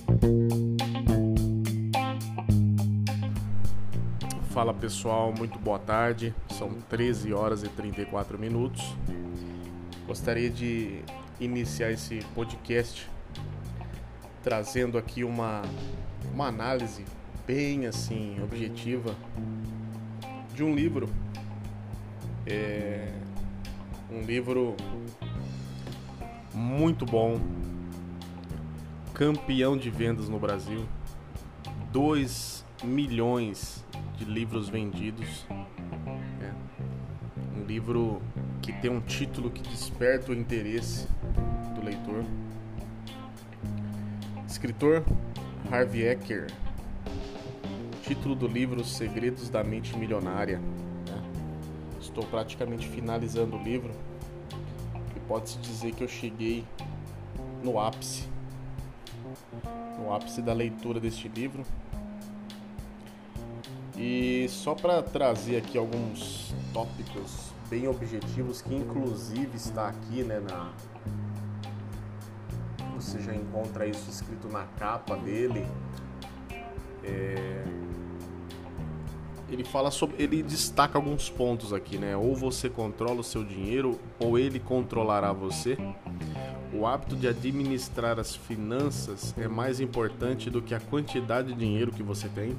Fala pessoal, muito boa tarde, são 13 horas e 34 minutos. Gostaria de iniciar esse podcast trazendo aqui uma análise bem assim objetiva de um livro. Um livro muito bom, campeão de vendas no Brasil, 2 milhões de livros vendidos, um livro que tem um título que desperta o interesse do leitor. Escritor Harvey Eker, título do livro Segredos da Mente Milionária. Estou praticamente finalizando o livro e pode-se dizer que eu cheguei no ápice da leitura deste livro. E só para trazer aqui alguns tópicos bem objetivos, que inclusive está aqui, você já encontra isso escrito na capa dele. Ele destaca alguns pontos aqui, ou você controla o seu dinheiro ou ele controlará você. O hábito de administrar as finanças é mais importante do que a quantidade de dinheiro que você tem.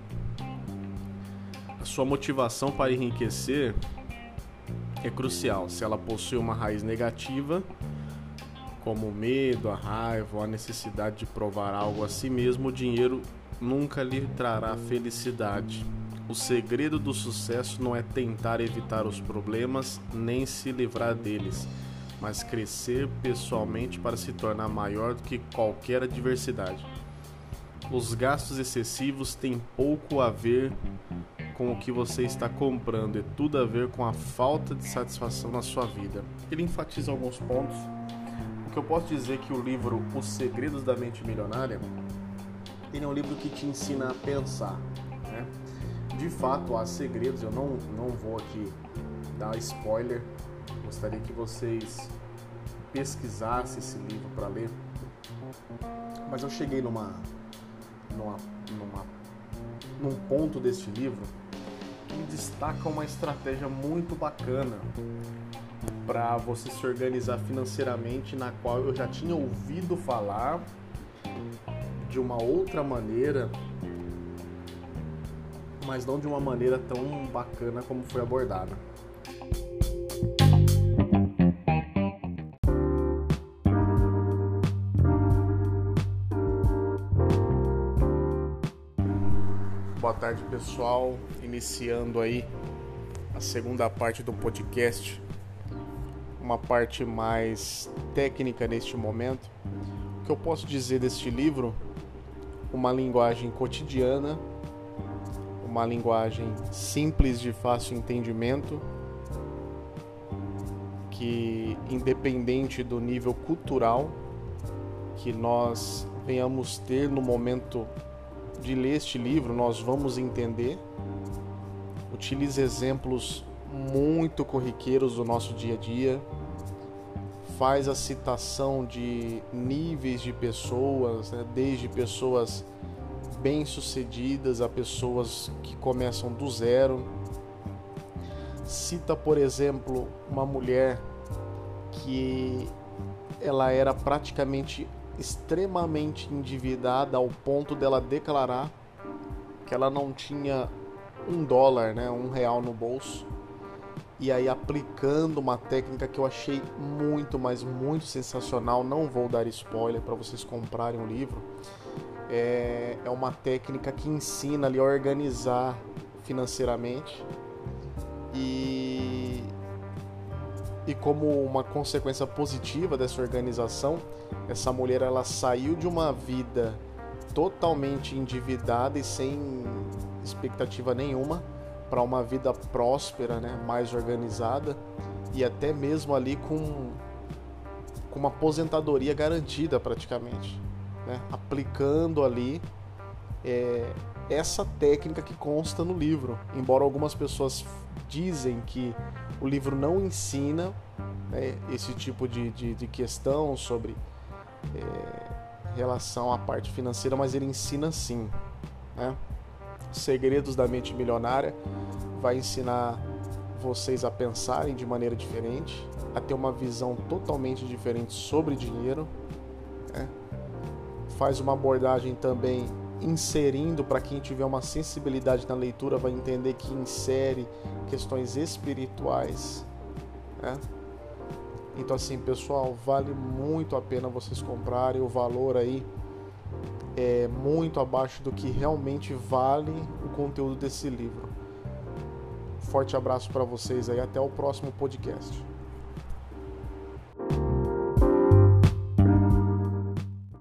A sua motivação para enriquecer é crucial. Se ela possui uma raiz negativa, como o medo, a raiva ou a necessidade de provar algo a si mesmo, o dinheiro nunca lhe trará felicidade. O segredo do sucesso não é tentar evitar os problemas nem se livrar deles, mas crescer pessoalmente para se tornar maior do que qualquer adversidade. Os gastos excessivos têm pouco a ver com o que você está comprando, é tudo a ver com a falta de satisfação na sua vida. Ele enfatiza alguns pontos. O que eu posso dizer é que o livro Os Segredos da Mente Milionária, ele é um livro que te ensina a pensar, De fato, há segredos. Eu não vou aqui dar spoiler. Gostaria que vocês pesquisassem esse livro para ler. Mas eu cheguei num ponto deste livro que me destaca uma estratégia muito bacana para você se organizar financeiramente, na qual eu já tinha ouvido falar de uma outra maneira, mas não de uma maneira tão bacana como foi abordada. Boa tarde, pessoal. Iniciando aí a segunda parte do podcast, uma parte mais técnica neste momento. O que eu posso dizer deste livro? Uma linguagem cotidiana, uma linguagem simples, de fácil entendimento, que, independente do nível cultural que nós venhamos ter no momento de ler este livro, nós vamos entender. Utiliza exemplos muito corriqueiros do nosso dia a dia, faz a citação de níveis de pessoas, desde pessoas bem-sucedidas a pessoas que começam do zero. Cita, por exemplo, uma mulher que ela era praticamente extremamente endividada ao ponto dela declarar que ela não tinha $1, R$1 no bolso. E aí, aplicando uma técnica que eu achei muito, mas muito sensacional, não vou dar spoiler para vocês comprarem o livro. É uma técnica que ensina ali a organizar financeiramente e como uma consequência positiva dessa organização, essa mulher ela saiu de uma vida totalmente endividada e sem expectativa nenhuma para uma vida próspera, mais organizada e até mesmo ali com uma aposentadoria garantida praticamente, aplicando ali essa técnica que consta no livro. Embora algumas pessoas dizem que o livro não ensina esse tipo de questão sobre relação à parte financeira, mas ele ensina sim, né? Segredos da Mente Milionária vai ensinar vocês a pensarem de maneira diferente, a ter uma visão totalmente diferente sobre dinheiro, né? Faz uma abordagem também inserindo, para quem tiver uma sensibilidade na leitura, vai entender que insere questões espirituais, né? Então assim, pessoal, vale muito a pena vocês comprarem. O valor aí é muito abaixo do que realmente vale o conteúdo desse livro. Forte abraço para vocês aí, até o próximo podcast.